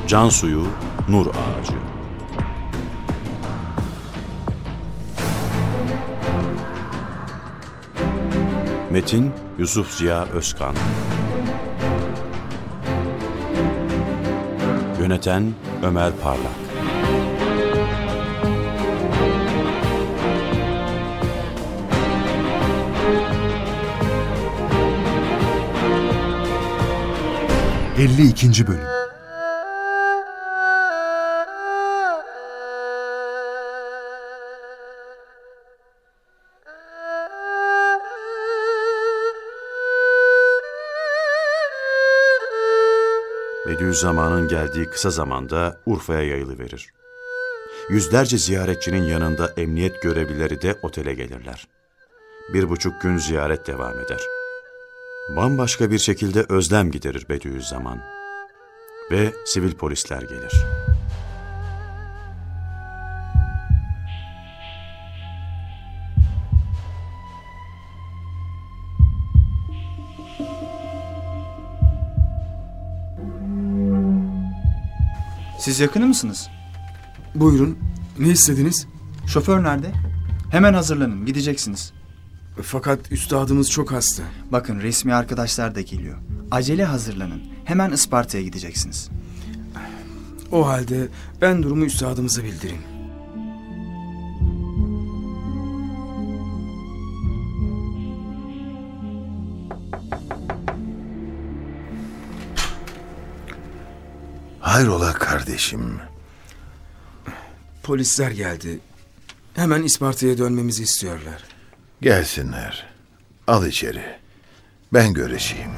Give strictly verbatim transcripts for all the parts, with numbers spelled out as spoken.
Can suyu, nur ağacı. Metin Yusuf Ziya Özkan. Yöneten Ömer Parlak. elli ikinci Bölüm. Bediüzzaman'ın geldiği kısa zamanda Urfa'ya yayılıverir. Yüzlerce ziyaretçinin yanında emniyet görevlileri de otele gelirler. Bir buçuk gün ziyaret devam eder. Bambaşka bir şekilde özlem giderir Bediüzzaman. Ve sivil polisler gelir. Siz yakını mısınız? Buyurun, ne istediniz? Şoför nerede? Hemen hazırlanın, gideceksiniz. Fakat üstadımız çok hasta. Bakın resmi arkadaşlar da geliyor. Acele hazırlanın. Hemen Isparta'ya gideceksiniz. O halde ben durumu üstadımıza bildireyim. Hayrola kardeşim? Polisler geldi. Hemen Isparta'ya dönmemizi istiyorlar. Gelsinler. Al içeri. Ben görüşeyim.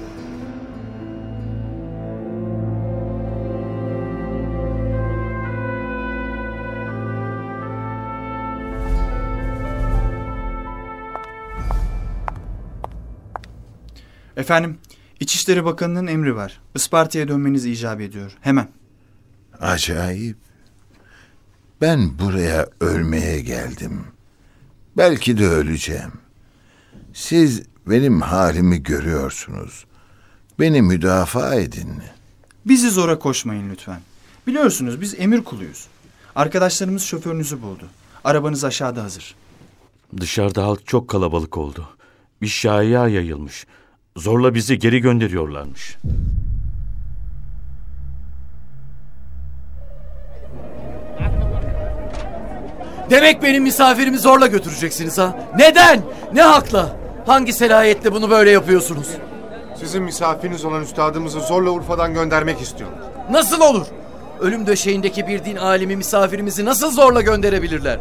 Efendim, İçişleri Bakanı'nın emri var. Isparta'ya dönmeniz icap ediyor. Hemen. Acayip. Ben buraya ölmeye geldim. Belki de öleceğim. Siz benim halimi görüyorsunuz. Beni müdafaa edin. Bizi zora koşmayın lütfen. Biliyorsunuz biz emir kuluyuz. Arkadaşlarımız şoförünüzü buldu. Arabanız aşağıda hazır. Dışarıda halk çok kalabalık oldu. Bir şaya yayılmış. Zorla bizi geri gönderiyorlarmış. Demek benim misafirimi zorla götüreceksiniz ha? Neden? Ne hakla? Hangi selahiyetle bunu böyle yapıyorsunuz? Sizin misafiriniz olan üstadımızı zorla Urfa'dan göndermek istiyorlar. Nasıl olur? Ölüm döşeğindeki bir din alimi misafirimizi nasıl zorla gönderebilirler?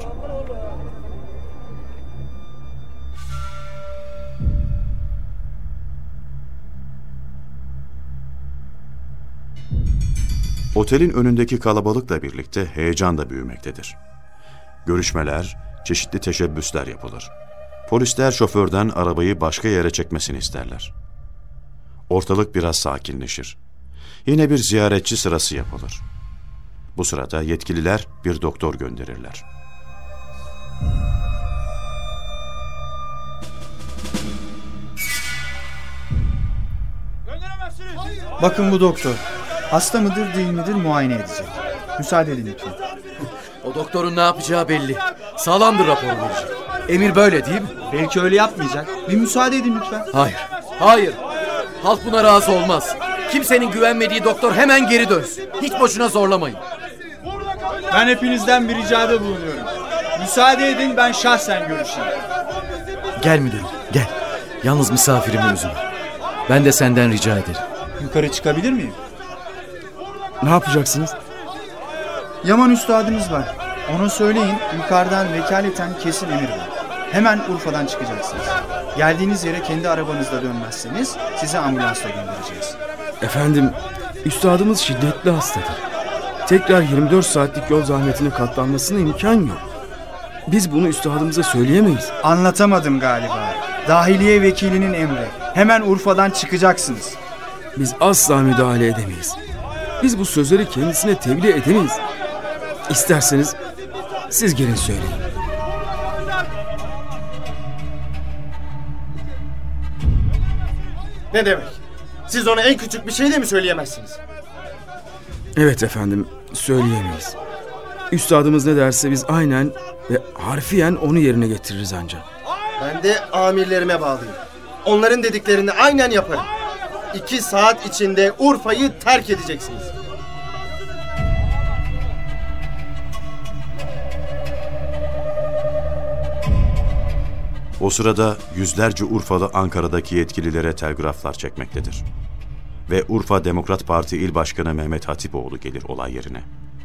Otelin önündeki kalabalıkla birlikte heyecan da büyümektedir. Görüşmeler, çeşitli teşebbüsler yapılır. Polisler şoförden arabayı başka yere çekmesini isterler. Ortalık biraz sakinleşir. Yine bir ziyaretçi sırası yapılır. Bu sırada yetkililer bir doktor gönderirler. Bakın bu doktor. Hasta mıdır değil midir muayene edecek. Müsaade edin lütfen. O doktorun ne yapacağı belli. Sağlamdır raporu verecek. Emir böyle değil mi? Belki öyle yapmayacak. Bir müsaade edin lütfen. Hayır, hayır. Halk buna razı olmaz. Kimsenin güvenmediği doktor hemen geri dönsün. Hiç boşuna zorlamayın. Ben hepinizden bir ricada bulunuyorum. Müsaade edin ben şahsen görüşeyim. Gel müdürüm, gel. Yalnız misafirimi üzme. Ben de senden rica ederim. Yukarı çıkabilir miyim? Ne yapacaksınız? Yaman üstadımız var. Ona söyleyin yukarıdan vekaleten kesin emir var. Hemen Urfa'dan çıkacaksınız. Geldiğiniz yere kendi arabanızla dönmezseniz sizi ambulansla göndereceğiz. Efendim, üstadımız şiddetli hastadır. Tekrar yirmi dört saatlik yol zahmetine katlanmasına imkan yok. Biz bunu üstadımıza söyleyemeyiz. Anlatamadım galiba. Dahiliye vekilinin emri. Hemen Urfa'dan çıkacaksınız. Biz asla müdahale edemeyiz. Biz bu sözleri kendisine tebliğ edemeyiz. İsterseniz siz gelin söyleyin. Ne demek? Siz ona en küçük bir şey de mi söyleyemezsiniz? Evet efendim, söyleyemeyiz. Üstadımız ne derse biz aynen ve harfiyen onu yerine getiririz ancak. Ben de amirlerime bağlıyım. Onların dediklerini aynen yaparım. İki saat içinde Urfa'yı terk edeceksiniz. O sırada yüzlerce Urfalı Ankara'daki yetkililere telgraflar çekmektedir. Ve Urfa Demokrat Parti İl Başkanı Mehmet Hatipoğlu gelir olay yerine.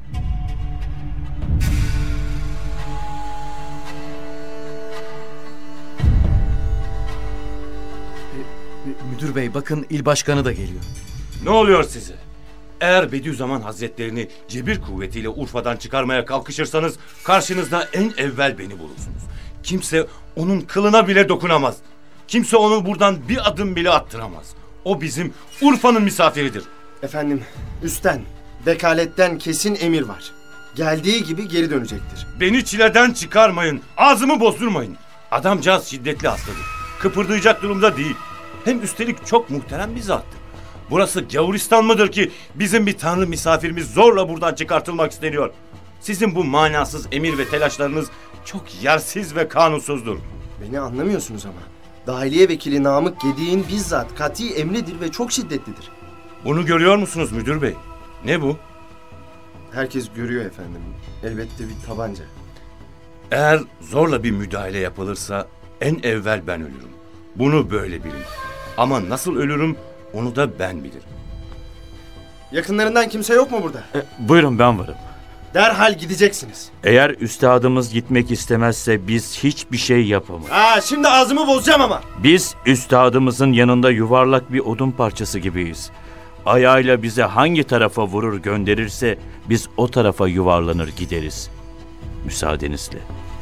Müdür bey bakın il başkanı da geliyor. Ne oluyor size? Eğer Bediüzzaman Hazretlerini cebir kuvvetiyle Urfa'dan çıkarmaya kalkışırsanız karşınızda en evvel beni bulursunuz. Kimse onun kılına bile dokunamaz. Kimse onu buradan bir adım bile attıramaz. O bizim Urfa'nın misafiridir. Efendim, üstten, vekaletten kesin emir var. Geldiği gibi geri dönecektir. Beni çileden çıkarmayın. Ağzımı bozdurmayın. Adamcağız şiddetli hastadır. Kıpırdayacak durumda değil. Hem üstelik çok muhterem bir zattır. Burası Gavuristan mıdır ki bizim bir tanrı misafirimiz zorla buradan çıkartılmak isteniyor? Sizin bu manasız emir ve telaşlarınız çok yersiz ve kanunsuzdur. Beni anlamıyorsunuz ama. Dahiliye Vekili Namık Gedik'in bizzat kati emridir ve çok şiddetlidir. Bunu görüyor musunuz müdür bey? Ne bu? Herkes görüyor efendim. Elbette bir tabanca. Eğer zorla bir müdahale yapılırsa en evvel ben ölürüm. Bunu böyle bilin. Ama nasıl ölürüm onu da ben bilirim. Yakınlarından kimse yok mu burada? E, buyurun ben varım. Derhal gideceksiniz. Eğer üstadımız gitmek istemezse biz hiçbir şey yapamayız. Aa, şimdi ağzımı bozacağım ama. Biz üstadımızın yanında yuvarlak bir odun parçası gibiyiz. Ayağıyla bize hangi tarafa vurur gönderirse biz o tarafa yuvarlanır gideriz. Müsaadenizle.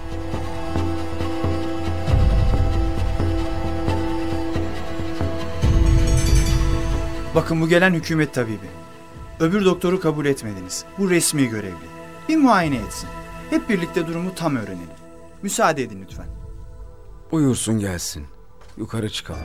Bakın bu gelen hükümet tabibi. Öbür doktoru kabul etmediniz. Bu resmi görevli. Bir muayene etsin. Hep birlikte durumu tam öğrenelim. Müsaade edin lütfen. Buyursun gelsin. Yukarı çıkalım.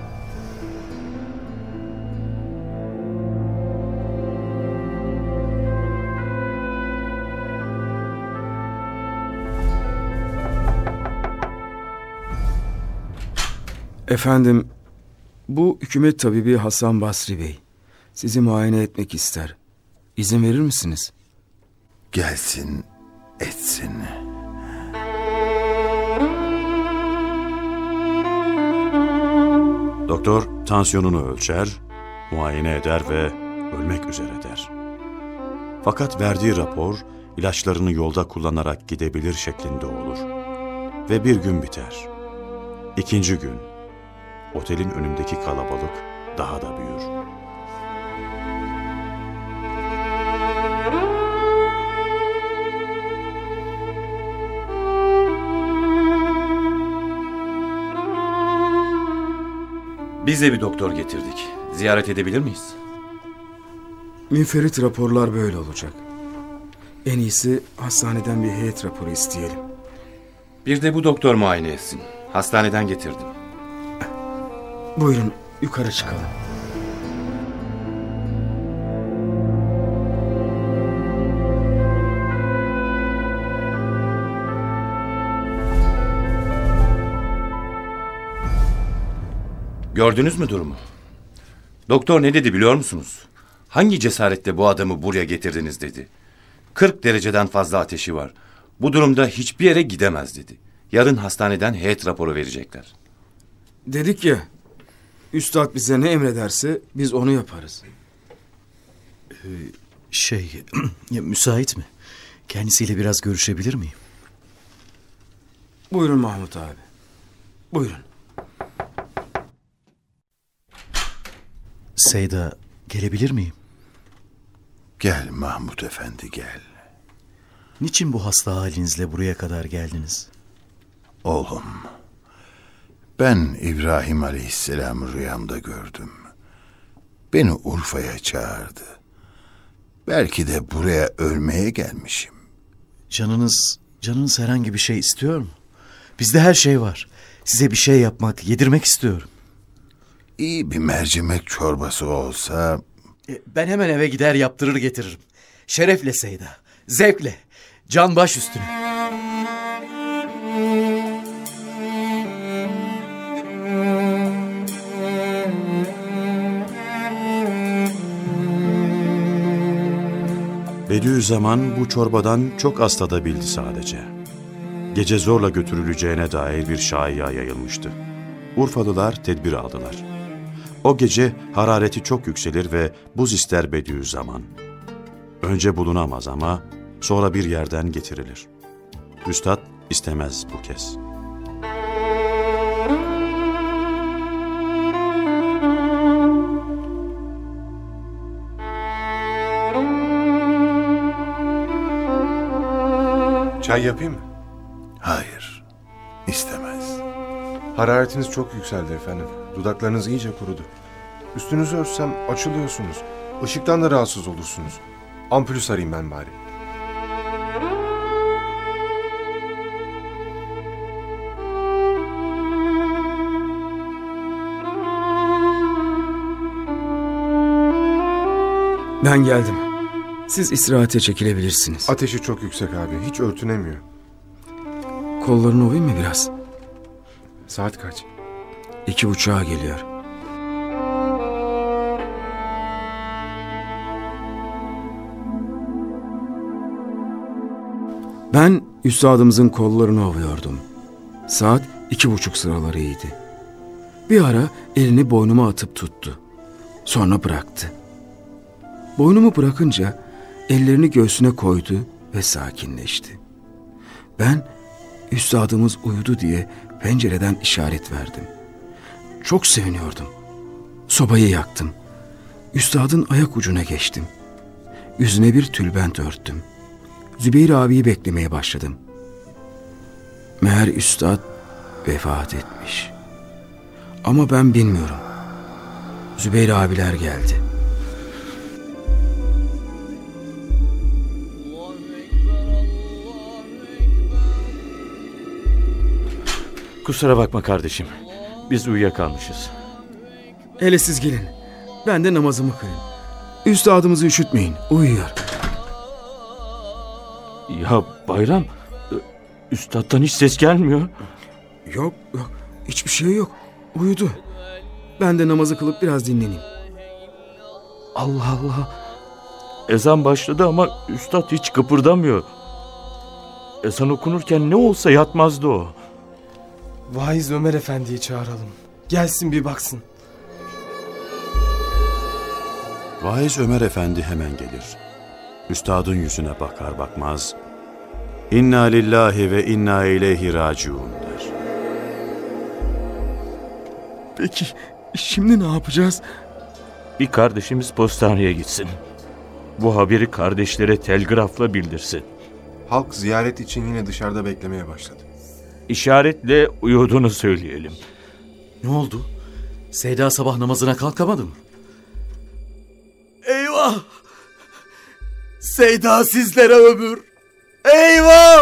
Efendim, bu hükümet tabibi Hasan Basri Bey. Sizi muayene etmek ister. İzin verir misiniz? Gelsin, etsin. Doktor tansiyonunu ölçer, muayene eder ve ölmek üzere der. Fakat verdiği rapor ilaçlarını yolda kullanarak gidebilir şeklinde olur. Ve bir gün biter. İkinci gün otelin önündeki kalabalık daha da büyür. Biz de bir doktor getirdik. Ziyaret edebilir miyiz? Münferit raporlar böyle olacak. En iyisi hastaneden bir heyet raporu isteyelim. Bir de bu doktor muayene etsin. Hastaneden getirdim. Buyurun yukarı çıkalım. Gördünüz mü durumu? Doktor ne dedi biliyor musunuz? Hangi cesaretle bu adamı buraya getirdiniz dedi. kırk dereceden fazla ateşi var. Bu durumda hiçbir yere gidemez dedi. Yarın hastaneden heyet raporu verecekler. Dedik ya, üstad bize ne emrederse biz onu yaparız. Ee, şey, ya, müsait mi? Kendisiyle biraz görüşebilir miyim? Buyurun Mahmut abi. Buyurun. Seyda, gelebilir miyim? Gel Mahmut Efendi gel. Niçin bu hasta halinizle buraya kadar geldiniz? Oğlum, ben İbrahim Aleyhisselam'ı rüyamda gördüm. Beni Urfa'ya çağırdı. Belki de buraya ölmeye gelmişim. Canınız, canınız herhangi bir şey istiyor mu? Bizde her şey var. Size bir şey yapmak, yedirmek istiyorum. İyi bir mercimek çorbası olsa... Ben hemen eve gider yaptırır getiririm. Şerefle Seyda. Zevkle. Can baş üstüne. Bediüzzaman bu çorbadan çok az tadabildi sadece. Gece zorla götürüleceğine dair bir şaiya yayılmıştı. Urfalılar tedbir aldılar. O gece harareti çok yükselir ve buz ister Bediüzzaman. Önce bulunamaz ama sonra bir yerden getirilir. Üstad istemez bu kez. Çay yapayım mı? Hayır, istemez. Hararetiniz çok yükseldi efendim. Dudaklarınız iyice kurudu. Üstünüzü örtsem açılıyorsunuz. Işıktan da rahatsız olursunuz. Ampulü sarayım ben bari. Ben geldim. Siz istirahate çekilebilirsiniz. Ateşi çok yüksek abi. Hiç örtünemiyor. Kollarını ovayım mı biraz? Saat kaç? İki buçuğa geliyor. Ben üstadımızın kollarını ovuyordum. Saat iki buçuk sıralarıydı. Bir ara elini boynuma atıp tuttu. Sonra bıraktı. Boynumu bırakınca ellerini göğsüne koydu ve sakinleşti. Ben üstadımız uyudu diye pencereden işaret verdim. Çok seviniyordum. Sobayı yaktım. Üstadın ayak ucuna geçtim. Yüzüne bir tülbent örttüm. Zübeyir abiyi beklemeye başladım. Meğer üstad vefat etmiş. Ama ben bilmiyorum. Zübeyir abiler geldi. Kusura bakma kardeşim. Biz uyuyakalmışız. Hele siz gelin. Ben de namazımı kılayım. Üstadımızı üşütmeyin. Uyuyor. Ya Bayram, üstattan hiç ses gelmiyor. Yok yok. Hiçbir şey yok. Uyudu. Ben de namazı kılıp biraz dinleneyim. Allah Allah. Ezan başladı ama üstad hiç kıpırdamıyor. Ezan okunurken ne olsa yatmazdı o. Vaiz Ömer Efendi'yi çağıralım. Gelsin bir baksın. Vaiz Ömer Efendi hemen gelir. Üstadın yüzüne bakar bakmaz, "İnna lillahi ve inna ileyhi raciun" der. Peki şimdi ne yapacağız? Bir kardeşimiz postaneye gitsin. Bu haberi kardeşlere telgrafla bildirsin. Halk ziyaret için yine dışarıda beklemeye başladı. İşaretle uyuduğunu söyleyelim. Ne oldu? Seyda sabah namazına kalkamadı mı? Eyvah! Seyda sizlere ömür! Eyvah!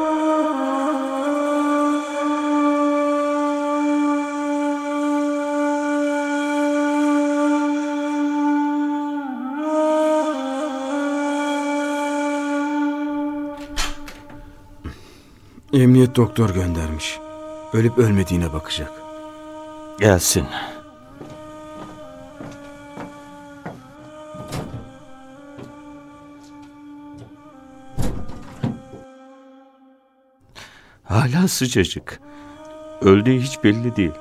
Emniyet doktor göndermiş. Ölüp ölmediğine bakacak. Gelsin. Hala sıcacık. Öldüğü hiç belli değil.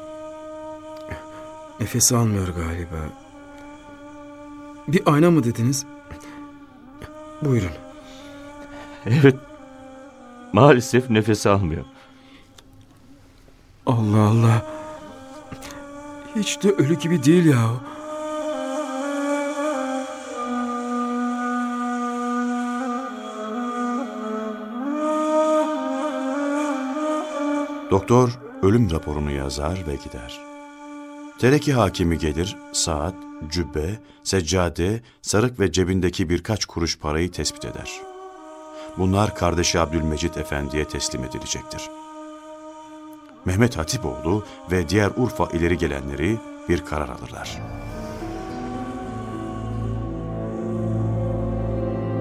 Nefes almıyor galiba. Bir ayna mı dediniz? Buyurun. Evet. Maalesef nefes almıyor. Allah Allah. Hiç de ölü gibi değil ya. Doktor ölüm raporunu yazar ve gider. Tereki hakimi gelir, saat, cübbe, seccade, sarık ve cebindeki birkaç kuruş parayı tespit eder. Bunlar kardeşi Abdülmecit Efendi'ye teslim edilecektir. Mehmet Hatipoğlu ve diğer Urfa ileri gelenleri bir karar alırlar.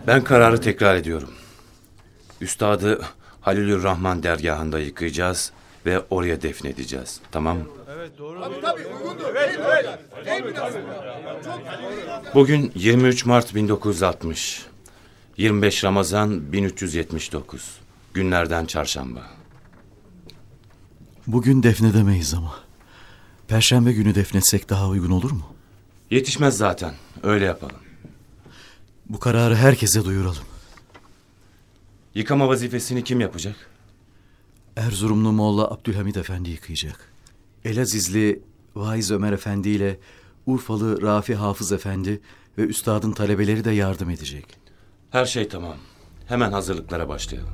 Ben kararı tekrar ediyorum. Üstadı Halilür Rahman dergahında yıkayacağız ve oraya defnedeceğiz. Tamam mı? Evet, doğru. Tabii tabii uygundur. Evet, evet. Bugün yirmi üç Mart bin dokuz yüz altmış. yirmi beş Ramazan bin üç yüz yetmiş dokuz. Günlerden çarşamba. Bugün defnedemeyiz ama. Perşembe günü defnetsek daha uygun olur mu? Yetişmez zaten. Öyle yapalım. Bu kararı herkese duyuralım. Yıkama vazifesini kim yapacak? Erzurumlu Molla Abdülhamid Efendi yıkayacak. Elazizli Vaiz Ömer Efendi ile Urfalı Rafi Hafız Efendi ve üstadın talebeleri de yardım edecek. Her şey tamam. Hemen hazırlıklara başlayalım.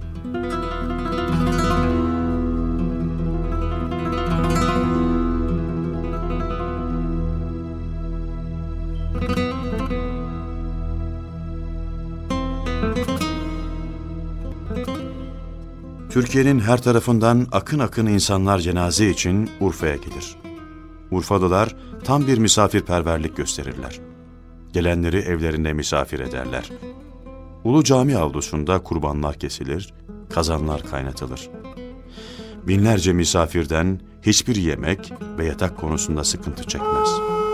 Türkiye'nin her tarafından akın akın insanlar cenaze için Urfa'ya gelir. Urfalılar tam bir misafirperverlik gösterirler. Gelenleri evlerinde misafir ederler. Ulu Cami avlusunda kurbanlar kesilir, kazanlar kaynatılır. Binlerce misafirden hiçbir yemek ve yatak konusunda sıkıntı çekmez.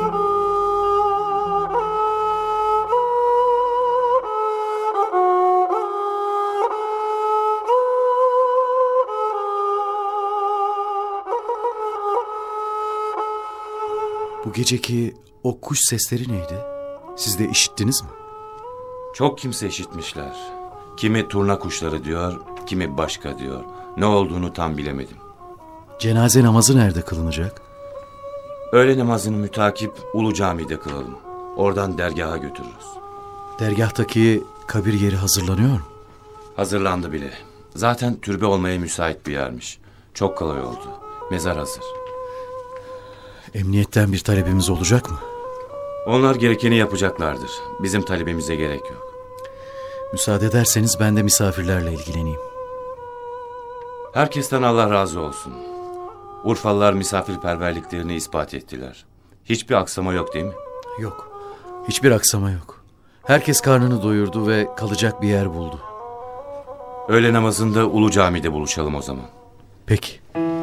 Bu geceki o kuş sesleri neydi? Siz de işittiniz mi? Çok kimse işitmişler. Kimi turna kuşları diyor, kimi başka diyor. Ne olduğunu tam bilemedim. Cenaze namazı nerede kılınacak? Öğle namazını mütakip Ulu Cami'de kılalım. Oradan dergaha götürürüz. Dergahtaki kabir yeri hazırlanıyor mu? Hazırlandı bile. Zaten türbe olmaya müsait bir yermiş. Çok kolay oldu. Mezar hazır. Emniyetten bir talebimiz olacak mı? Onlar gerekeni yapacaklardır. Bizim talebimize gerek yok. Müsaade ederseniz ben de misafirlerle ilgileneyim. Herkesten Allah razı olsun. Urfalılar misafirperverliklerini ispat ettiler. Hiçbir aksama yok değil mi? Yok. Hiçbir aksama yok. Herkes karnını doyurdu ve kalacak bir yer buldu. Öğle namazında Ulu Cami'de buluşalım o zaman. Peki.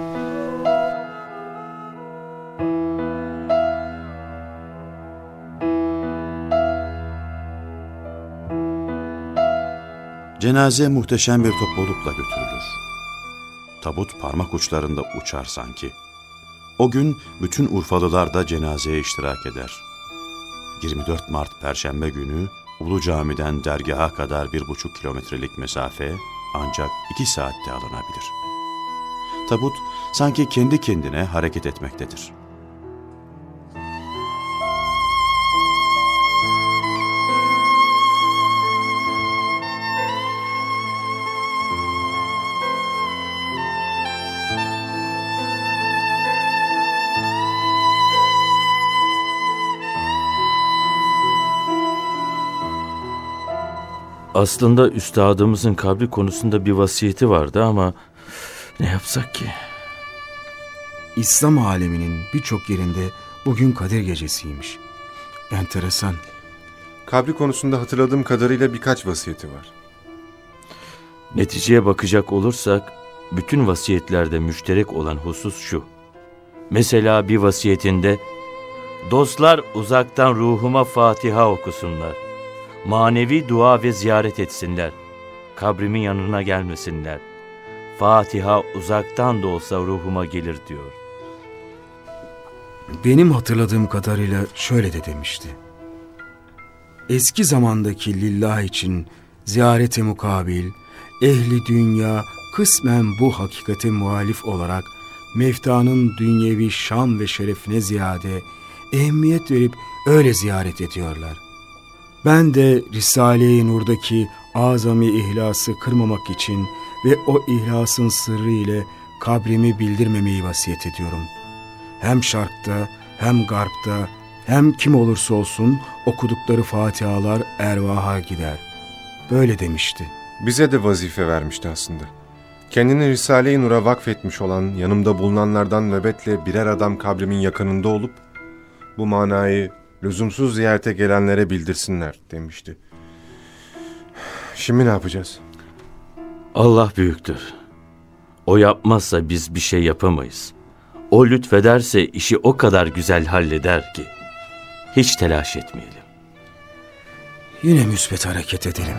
Cenaze muhteşem bir toplulukla götürülür. Tabut parmak uçlarında uçar sanki. O gün bütün Urfalılar da cenazeye iştirak eder. yirmi dört Mart Perşembe günü Ulu Cami'den dergaha kadar bir buçuk kilometrelik mesafe ancak iki saatte alınabilir. Tabut sanki kendi kendine hareket etmektedir. Aslında üstadımızın kabri konusunda bir vasiyeti vardı ama ne yapsak ki? İslam aleminin birçok yerinde bugün Kadir Gecesi'ymiş. Enteresan. Kabri konusunda hatırladığım kadarıyla birkaç vasiyeti var. Neticeye bakacak olursak bütün vasiyetlerde müşterek olan husus şu. Mesela bir vasiyetinde dostlar uzaktan ruhuma Fatiha okusunlar. Manevi dua ve ziyaret etsinler. Kabrimin yanına gelmesinler. Fatiha uzaktan da olsa ruhuma gelir diyor. Benim hatırladığım kadarıyla şöyle de demişti. Eski zamandaki lillah için ziyarete mukabil, ehli dünya kısmen bu hakikate muhalif olarak meftanın dünyevi şan ve şerefine ziyade ehemmiyet verip öyle ziyaret ediyorlar. Ben de Risale-i Nur'daki azami ihlası kırmamak için ve o ihlasın sırrı ile kabrimi bildirmemeyi vasiyet ediyorum. Hem şarkta hem garpta hem kim olursa olsun okudukları fatihalar ervaha gider. Böyle demişti. Bize de vazife vermişti aslında. Kendini Risale-i Nur'a vakfetmiş olan yanımda bulunanlardan nöbetle birer adam kabrimin yakınında olup bu manayı lüzumsuz ziyarete gelenlere bildirsinler demişti. Şimdi ne yapacağız? Allah büyüktür. O yapmazsa biz bir şey yapamayız. O lütfederse işi o kadar güzel halleder ki. Hiç telaş etmeyelim. Yine müsbet hareket edelim.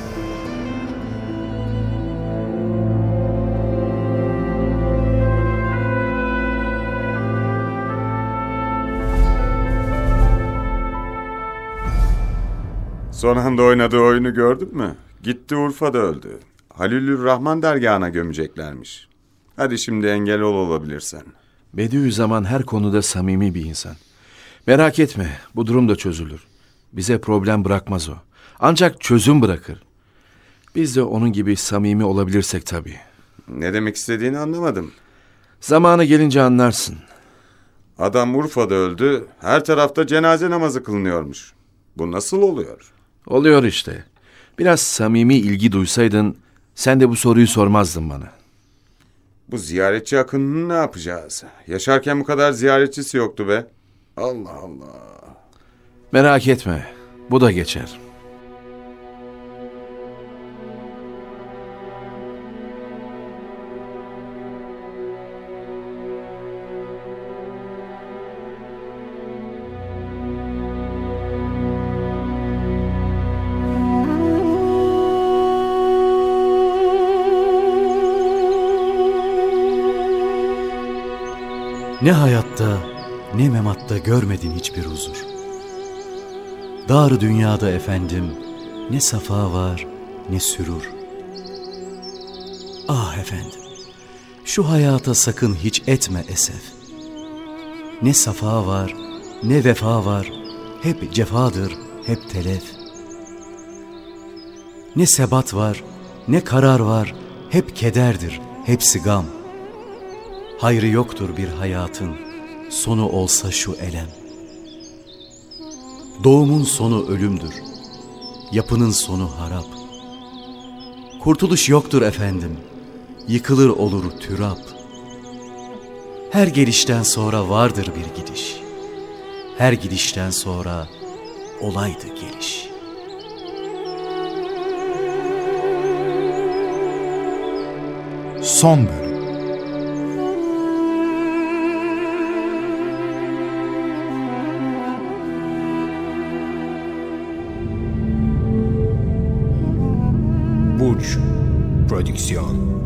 Son anda oynadığı oyunu gördün mü? Gitti Urfa'da öldü. Halilür Rahman dergahına gömeceklermiş. Hadi şimdi engel ol olabilirsen. Bediüzzaman her konuda samimi bir insan. Merak etme, bu durum da çözülür. Bize problem bırakmaz o. Ancak çözüm bırakır. Biz de onun gibi samimi olabilirsek tabii. Ne demek istediğini anlamadım. Zamanı gelince anlarsın. Adam Urfa'da öldü, her tarafta cenaze namazı kılınıyormuş. Bu nasıl oluyor? Oluyor işte. Biraz samimi ilgi duysaydın, sen de bu soruyu sormazdın bana. Bu ziyaretçi akınını ne yapacağız? Yaşarken bu kadar ziyaretçisi yoktu be. Allah Allah. Merak etme, bu da geçer. Ne hayatta ne mematta görmedin hiçbir huzur. Dar dünyada efendim ne safa var ne sürur. Ah efendim, şu hayata sakın hiç etme esef. Ne safa var ne vefa var, hep cefadır, hep telef. Ne sebat var ne karar var, hep kederdir, hepsi gam. Hayrı yoktur bir hayatın, sonu olsa şu elem. Doğumun sonu ölümdür, yapının sonu harap. Kurtuluş yoktur efendim, yıkılır olur türap. Her gelişten sonra vardır bir gidiş. Her gidişten sonra olaydı geliş. Son bölüm. Burç Prodüksiyon.